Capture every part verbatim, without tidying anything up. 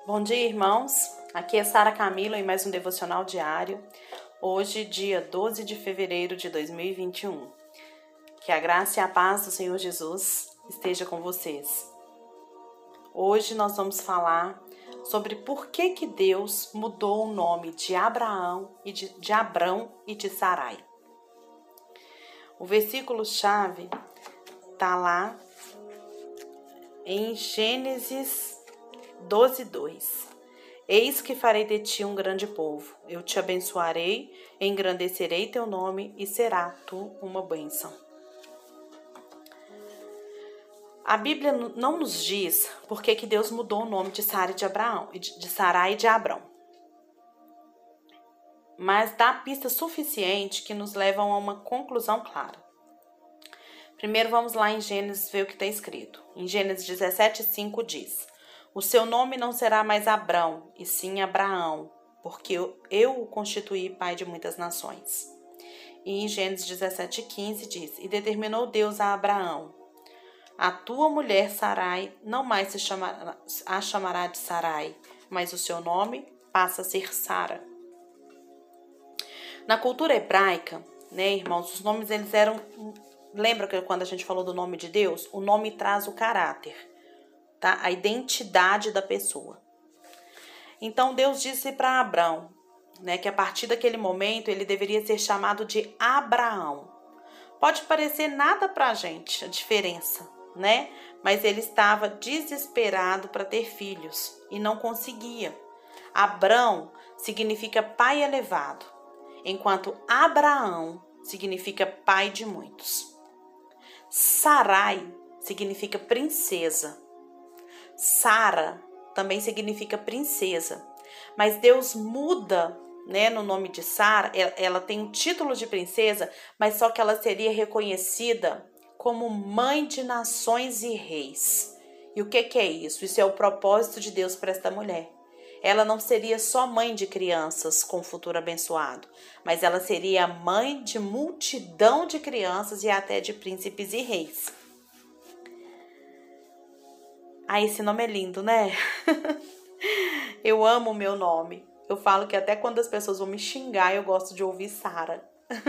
Bom dia, irmãos. Aqui é Sara Camilo em mais um devocional diário. Hoje, dia doze de fevereiro de dois mil e vinte e um. Que a graça e a paz do Senhor Jesus esteja com vocês. Hoje nós vamos falar sobre por que que Deus mudou o nome de Abraão e de, de Abrão e de Sarai. O versículo-chave está lá em Gênesis doze, dois. Eis que farei de ti um grande povo. Eu te abençoarei, engrandecerei teu nome e será tu uma bênção. A Bíblia não nos diz por que que Deus mudou o nome de Sara e de Abraão, de Sarai e de Abrão. Mas dá pista suficiente que nos levam a uma conclusão clara. Primeiro vamos lá em Gênesis ver o que está escrito. Em Gênesis dezessete, cinco diz: o seu nome não será mais Abrão, e sim Abraão, porque eu, eu o constituí pai de muitas nações. E em Gênesis dezessete, quinze diz: e determinou Deus a Abraão: a tua mulher Sarai não mais se chamará, a chamará de Sarai, mas o seu nome passa a ser Sara. Na cultura hebraica, né, irmãos, os nomes eles eram... Lembra que quando a gente falou do nome de Deus? O nome traz o caráter, tá? A identidade da pessoa. Então Deus disse para Abrão, né, que a partir daquele momento ele deveria ser chamado de Abraão. Pode parecer nada para a gente a diferença, né? Mas ele estava desesperado para ter filhos e não conseguia. Abrão significa pai elevado, enquanto Abraão significa pai de muitos. Sarai significa princesa. Sara também significa princesa. Mas Deus muda, né, no nome de Sara. Ela tem o título de princesa, mas só que ela seria reconhecida como mãe de nações e reis. E o que que é isso? Isso é o propósito de Deus para esta mulher. Ela não seria só mãe de crianças com futuro abençoado, mas ela seria mãe de multidão de crianças e até de príncipes e reis. Ah, esse nome é lindo, né? Eu amo o meu nome. Eu falo que até quando as pessoas vão me xingar, eu gosto de ouvir Sara.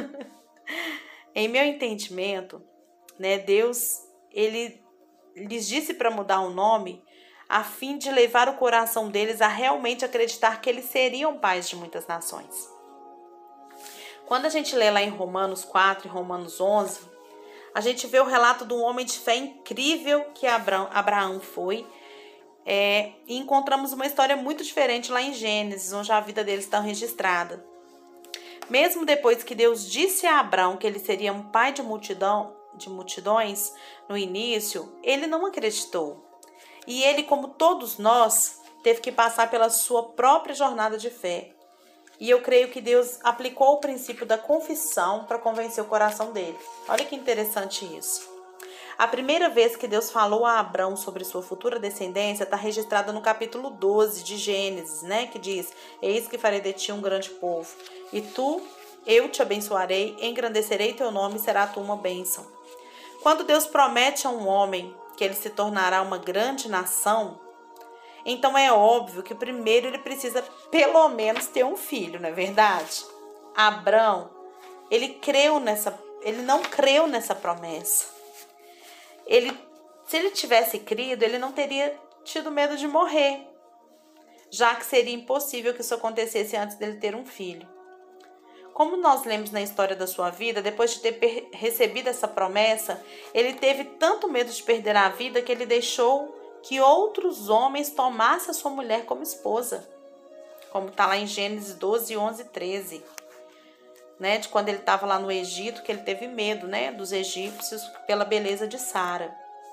Em meu entendimento, né, Deus, ele lhes disse para mudar o nome a fim de levar o coração deles a realmente acreditar que eles seriam pais de muitas nações. Quando a gente lê lá em Romanos quatro e Romanos onze, a gente vê o relato de um homem de fé incrível que Abraão, Abraão foi, é, e encontramos uma história muito diferente lá em Gênesis, onde a vida deles está registrada. Mesmo depois que Deus disse a Abraão que ele seria um pai de multidão, de multidões no início, ele não acreditou. E ele, como todos nós, teve que passar pela sua própria jornada de fé. E eu creio que Deus aplicou o princípio da confissão para convencer o coração dele. Olha que interessante isso. A primeira vez que Deus falou a Abrão sobre sua futura descendência está registrada no capítulo doze de Gênesis, né? Que diz: eis que farei de ti um grande povo, e tu, eu te abençoarei, engrandecerei teu nome e será tu uma bênção. Quando Deus promete a um homem que ele se tornará uma grande nação, então é óbvio que primeiro ele precisa pelo menos ter um filho, não é verdade? Abrão, ele creu nessa, ele não creu nessa promessa. Ele, se ele tivesse crido, ele não teria tido medo de morrer, já que seria impossível que isso acontecesse antes dele ter um filho. Como nós lemos na história da sua vida, depois de ter recebido essa promessa, ele teve tanto medo de perder a vida que ele deixou que outros homens tomassem a sua mulher como esposa. Como está lá em Gênesis doze, onze e treze. Né, de quando ele estava lá no Egito, que ele teve medo, né, dos egípcios pela beleza de Sara.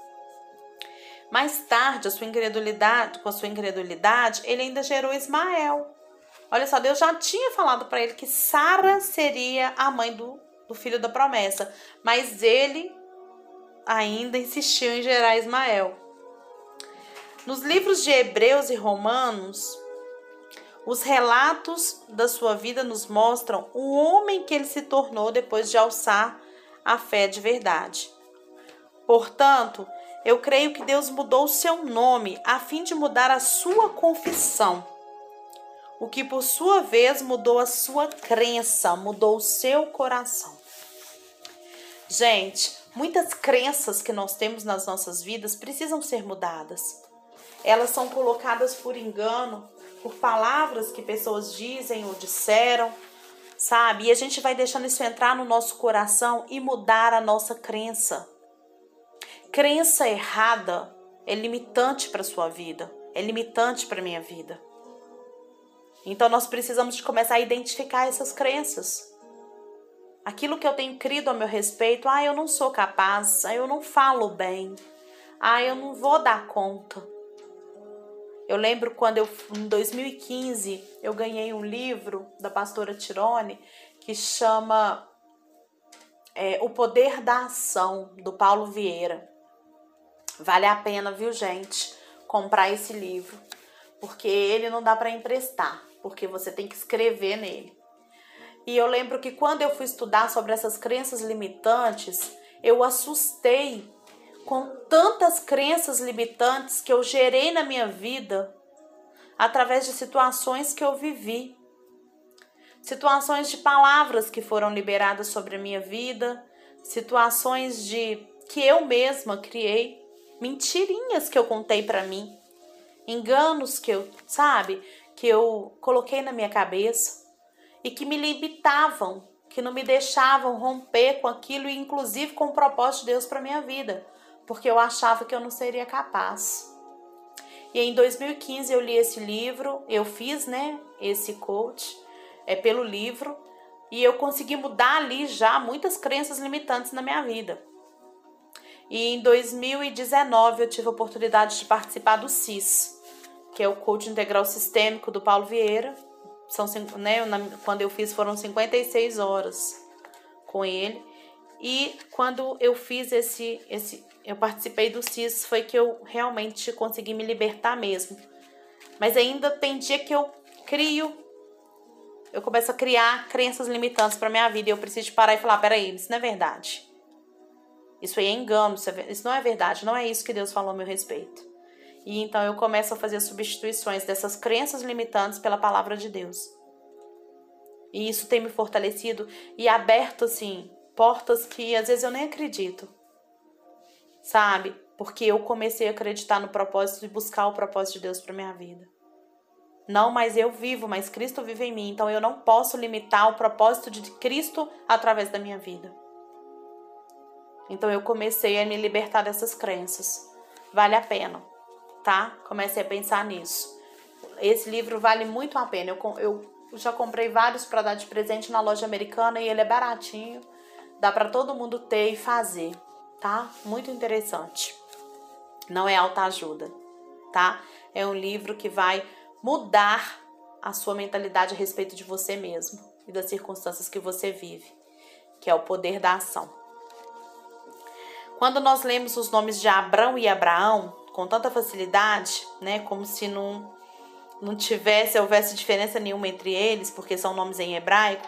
Mais tarde, a sua incredulidade, com a sua incredulidade, ele ainda gerou Ismael. Olha só, Deus já tinha falado para ele que Sara seria a mãe do, do filho da promessa, mas ele ainda insistiu em gerar Ismael. Nos livros de Hebreus e Romanos, os relatos da sua vida nos mostram o homem que ele se tornou depois de alçar a fé de verdade. Portanto, Eu creio que Deus mudou o seu nome a fim de mudar a sua confissão, o que por sua vez mudou a sua crença, mudou o seu coração. Gente, muitas crenças que nós temos nas nossas vidas precisam ser mudadas. Elas são colocadas por engano, por palavras que pessoas dizem ou disseram, sabe? E a gente vai deixando isso entrar no nosso coração e mudar a nossa crença. Crença errada é limitante para a sua vida, é limitante para a minha vida. Então nós precisamos de começar a identificar essas crenças. Aquilo que eu tenho crido a meu respeito, ah, eu não sou capaz, ah, eu não falo bem, ah, eu não vou dar conta. Eu lembro quando eu, em dois mil e quinze, eu ganhei um livro da pastora Tirone que chama é, O Poder da Ação, do Paulo Vieira. Vale a pena, viu, gente, comprar esse livro, porque ele não dá para emprestar, porque você tem que escrever nele. E eu lembro que quando eu fui estudar sobre essas crenças limitantes, eu assustei com tantas crenças limitantes que eu gerei na minha vida através de situações que eu vivi. Situações de palavras que foram liberadas sobre a minha vida, situações de que eu mesma criei, mentirinhas que eu contei para mim, enganos que eu, sabe, que eu coloquei na minha cabeça e que me limitavam, que não me deixavam romper com aquilo e inclusive com o propósito de Deus para minha vida, porque eu achava que eu não seria capaz. E em dois mil e quinze eu li esse livro, eu fiz, né, esse coach, é pelo livro, e eu consegui mudar ali já muitas crenças limitantes na minha vida. E em dois mil e dezenove eu tive a oportunidade de participar do C I S, que é o Coach Integral Sistêmico do Paulo Vieira. São, né, quando eu fiz foram cinquenta e seis horas com ele. E quando eu fiz esse, esse eu participei do C I S, foi que eu realmente consegui me libertar mesmo. Mas ainda tem dia que eu crio, eu começo a criar crenças limitantes para minha vida e eu preciso parar e falar, peraí, isso não é verdade. Isso aí é engano, isso, é, isso não é verdade, não é isso que Deus falou a meu respeito. E então eu começo a fazer substituições dessas crenças limitantes pela palavra de Deus. E isso tem me fortalecido e aberto, assim, portas que às vezes eu nem acredito. Sabe? Porque eu comecei a acreditar no propósito e buscar o propósito de Deus para minha vida. Não, mas eu vivo, mas Cristo vive em mim. Então eu não posso limitar o propósito de Cristo através da minha vida. Então eu comecei a me libertar dessas crenças. Vale a pena, tá? Comecei a pensar nisso. Esse livro vale muito a pena. Eu, eu já comprei vários para dar de presente na loja americana e ele é baratinho. Dá para todo mundo ter e fazer, tá? Muito interessante. Não é autoajuda, tá? É um livro que vai mudar a sua mentalidade a respeito de você mesmo e das circunstâncias que você vive, que é o poder da ação. Quando nós lemos os nomes de Abrão e Abraão com tanta facilidade, né, como se não, não tivesse, houvesse diferença nenhuma entre eles, porque são nomes em hebraico,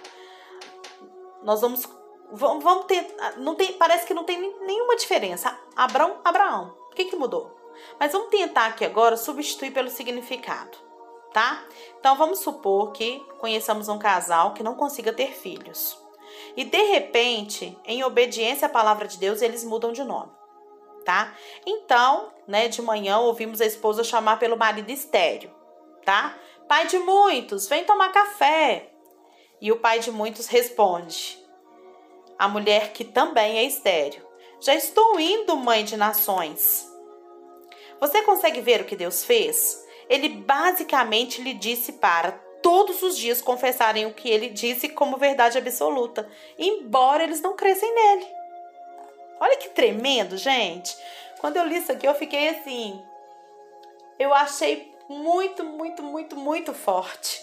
nós vamos, vamos, vamos ter, não tem, parece que não tem nenhuma diferença. Abrão, Abraão, o que que mudou? Mas vamos tentar aqui agora substituir pelo significado, tá? Então vamos supor que conheçamos um casal que não consiga ter filhos. E de repente, em obediência à palavra de Deus, eles mudam de nome, tá? Então, né, de manhã ouvimos a esposa chamar pelo marido estéril, tá? Pai de muitos, vem tomar café. E o pai de muitos responde, a mulher que também é estéril, já estou indo, mãe de nações. Você consegue ver o que Deus fez? Ele basicamente lhe disse para todos os dias confessarem o que ele disse como verdade absoluta, embora eles não crescem nele. Olha que tremendo, gente. Quando eu li isso aqui, eu fiquei assim, eu achei muito, muito, muito, muito forte.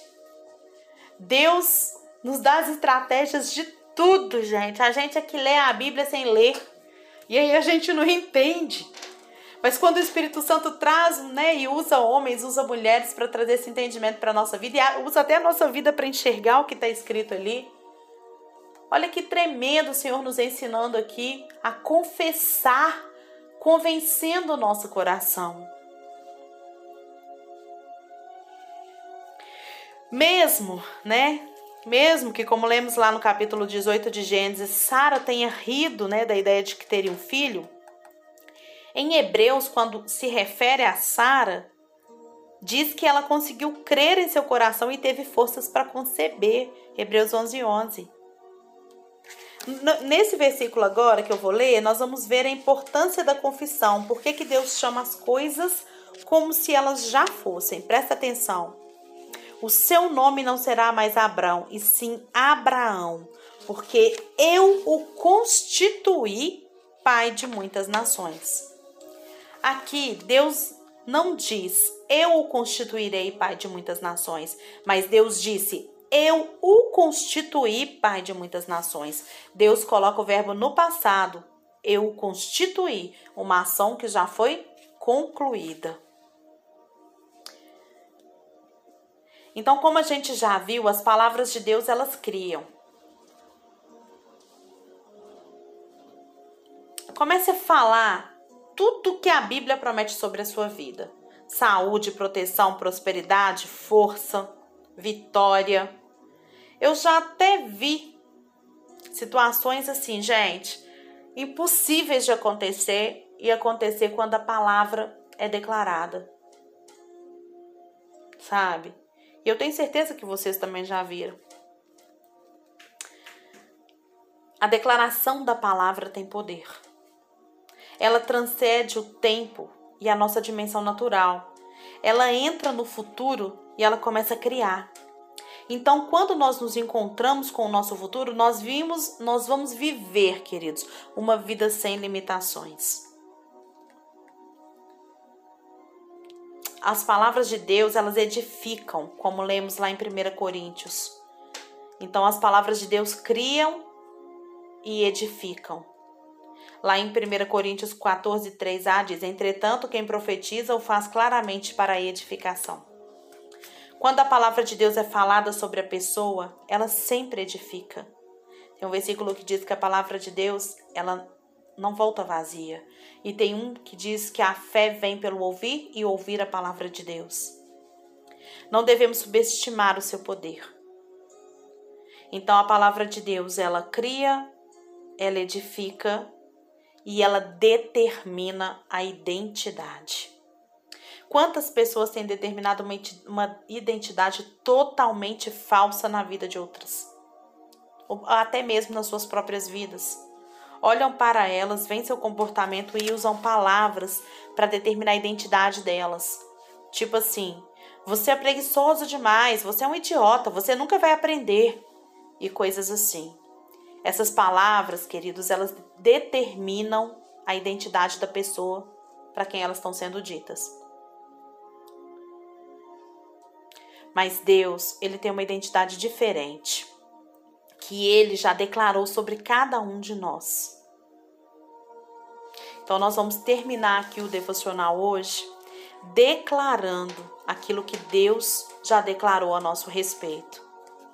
Deus nos dá as estratégias de tudo, gente. A gente é que lê a Bíblia sem ler, e aí a gente não entende. Mas quando o Espírito Santo traz, né, e usa homens, usa mulheres para trazer esse entendimento para a nossa vida, e usa até a nossa vida para enxergar o que está escrito ali. Olha que tremendo o Senhor nos ensinando aqui a confessar convencendo o nosso coração. Mesmo, né? Mesmo que, como lemos lá no capítulo dezoito de Gênesis, Sara tenha rido, né, da ideia de que teria um filho, em Hebreus, quando se refere a Sara, diz que ela conseguiu crer em seu coração e teve forças para conceber. Hebreus onze, onze. Nesse versículo agora que eu vou ler, nós vamos ver a importância da confissão. Por que que Deus chama as coisas como se elas já fossem? Presta atenção. O seu nome não será mais Abrão, e sim Abraão, porque eu o constituí pai de muitas nações. Aqui, Deus não diz, eu o constituirei pai de muitas nações, mas Deus disse, eu o constituí pai de muitas nações. Deus coloca o verbo no passado, eu o constituí, uma ação que já foi concluída. Então, como a gente já viu, as palavras de Deus, elas criam. Comece a falar tudo que a Bíblia promete sobre a sua vida. Saúde, proteção, prosperidade, força, vitória. Eu já até vi situações assim, gente, impossíveis de acontecer e acontecer quando a palavra é declarada. Sabe? E eu tenho certeza que vocês também já viram. A declaração da palavra tem poder. Ela transcende o tempo e a nossa dimensão natural. Ela entra no futuro e ela começa a criar. Então, quando nós nos encontramos com o nosso futuro, nós vimos, nós vamos viver, queridos, uma vida sem limitações. As palavras de Deus, elas edificam, como lemos lá em primeira Coríntios. Então, as palavras de Deus criam e edificam. Lá em primeira Coríntios quatorze, três a diz, entretanto, quem profetiza o faz claramente para a edificação. Quando a palavra de Deus é falada sobre a pessoa, ela sempre edifica. Tem um versículo que diz que a palavra de Deus, ela não volta vazia. E tem um que diz que a fé vem pelo ouvir e ouvir a palavra de Deus. Não devemos subestimar o seu poder. Então a palavra de Deus, ela cria, ela edifica e ela determina a identidade. Quantas pessoas têm determinado uma identidade totalmente falsa na vida de outras? Ou até mesmo nas suas próprias vidas. Olham para elas, veem seu comportamento e usam palavras para determinar a identidade delas. Tipo assim, você é preguiçoso demais, você é um idiota, você nunca vai aprender. E coisas assim. Essas palavras, queridos, elas determinam a identidade da pessoa para quem elas estão sendo ditas. Mas Deus, ele tem uma identidade diferente, que ele já declarou sobre cada um de nós. Então, nós vamos terminar aqui o devocional hoje declarando aquilo que Deus já declarou a nosso respeito.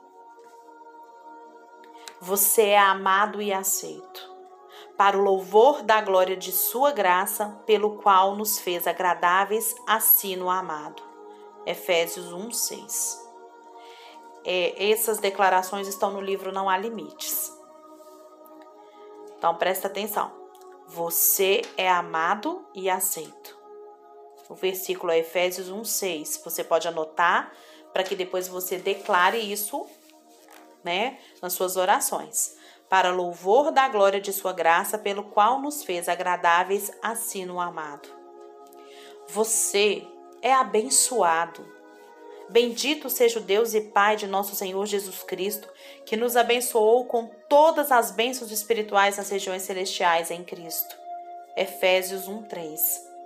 Você é amado e aceito, para o louvor da glória de sua graça, pelo qual nos fez agradáveis a si no amado. Efésios um, seis. É, essas declarações estão no livro Não Há Limites. Então, presta atenção. Você é amado e aceito. O versículo é Efésios um, seis. Você pode anotar para que depois você declare isso, né, nas suas orações. Para louvor da glória de sua graça, pelo qual nos fez agradáveis a si no amado. Você é abençoado. Bendito seja o Deus e Pai de nosso Senhor Jesus Cristo, que nos abençoou com todas as bênçãos espirituais nas regiões celestiais em Cristo. Efésios um, três.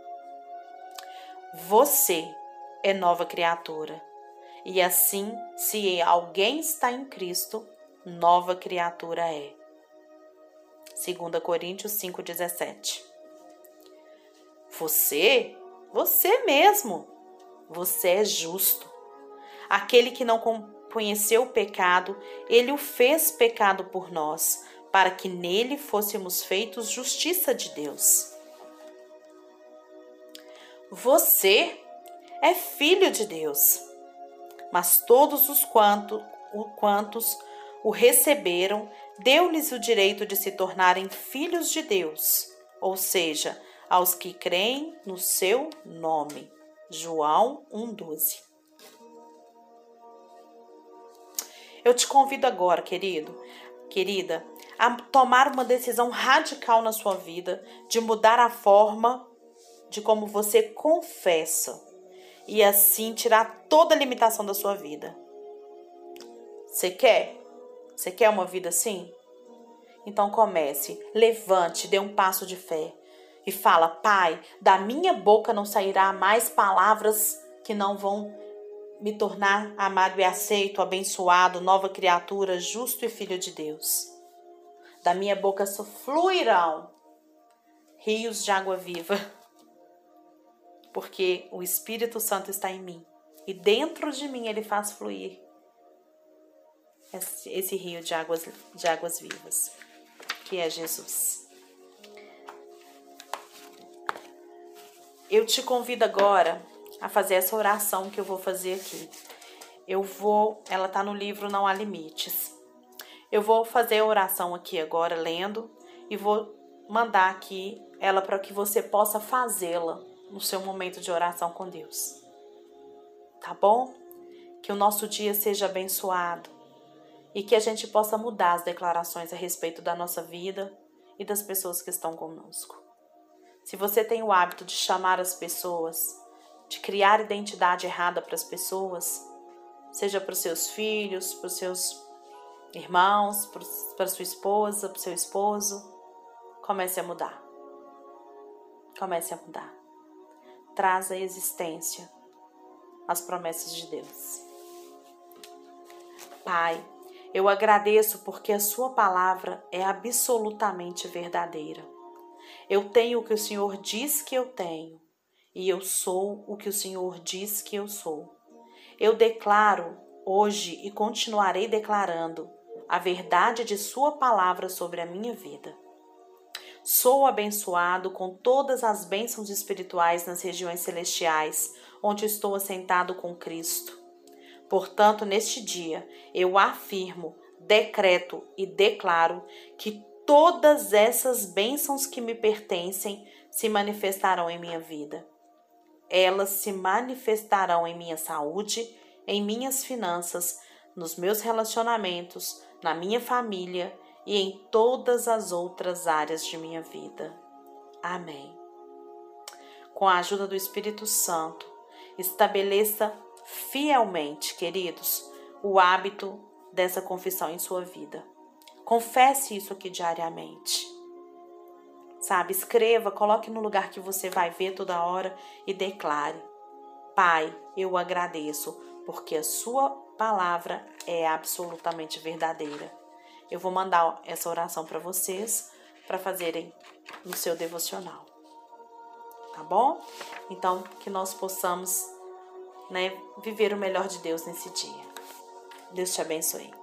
Você é nova criatura. E assim, se alguém está em Cristo, nova criatura é. segunda Coríntios cinco, dezessete. Você, você mesmo, você é justo. Aquele que não conheceu o pecado, ele o fez pecado por nós, para que nele fôssemos feitos justiça de Deus. Você é filho de Deus. Mas todos os quanto, o quantos o receberam, deu-lhes o direito de se tornarem filhos de Deus, ou seja, aos que creem no seu nome. João um, doze. Eu te convido agora, querido, querida, a tomar uma decisão radical na sua vida, de mudar a forma de como você confessa e assim tirar toda a limitação da sua vida. Você quer? Você quer uma vida assim? Então comece, levante, dê um passo de fé e fala: Pai, da minha boca não sairá mais palavras que não vão me tornar amado e aceito, abençoado, nova criatura, justo e filho de Deus. Da minha boca fluirão rios de água viva, porque o Espírito Santo está em mim e dentro de mim ele faz fluir esse, esse rio de águas, de águas vivas, que é Jesus. Eu te convido agora a fazer essa oração que eu vou fazer aqui. Eu vou, ela está no livro Não Há Limites. Eu vou fazer a oração aqui agora, lendo, e vou mandar aqui ela para que você possa fazê-la no seu momento de oração com Deus. Tá bom? Que o nosso dia seja abençoado e que a gente possa mudar as declarações a respeito da nossa vida e das pessoas que estão conosco. Se você tem o hábito de chamar as pessoas, de criar identidade errada para as pessoas, seja para os seus filhos, para os seus irmãos, para a sua esposa, para o seu esposo, comece a mudar. Comece a mudar. Traz à existência as promessas de Deus. Pai, eu agradeço porque a sua palavra é absolutamente verdadeira. Eu tenho o que o Senhor diz que eu tenho. E eu sou o que o Senhor diz que eu sou. Eu declaro hoje e continuarei declarando a verdade de sua palavra sobre a minha vida. Sou abençoado com todas as bênçãos espirituais nas regiões celestiais, onde estou assentado com Cristo. Portanto, neste dia, eu afirmo, decreto e declaro que todas essas bênçãos que me pertencem se manifestarão em minha vida. Elas se manifestarão em minha saúde, em minhas finanças, nos meus relacionamentos, na minha família e em todas as outras áreas de minha vida. Amém. Com a ajuda do Espírito Santo, estabeleça fielmente, queridos, o hábito dessa confissão em sua vida. Confesse isso aqui diariamente. Sabe, escreva, coloque no lugar que você vai ver toda hora e declare: Pai, eu agradeço, porque a sua palavra é absolutamente verdadeira. Eu vou mandar essa oração para vocês, para fazerem no seu devocional. Tá bom? Então, que nós possamos, né, viver o melhor de Deus nesse dia. Deus te abençoe.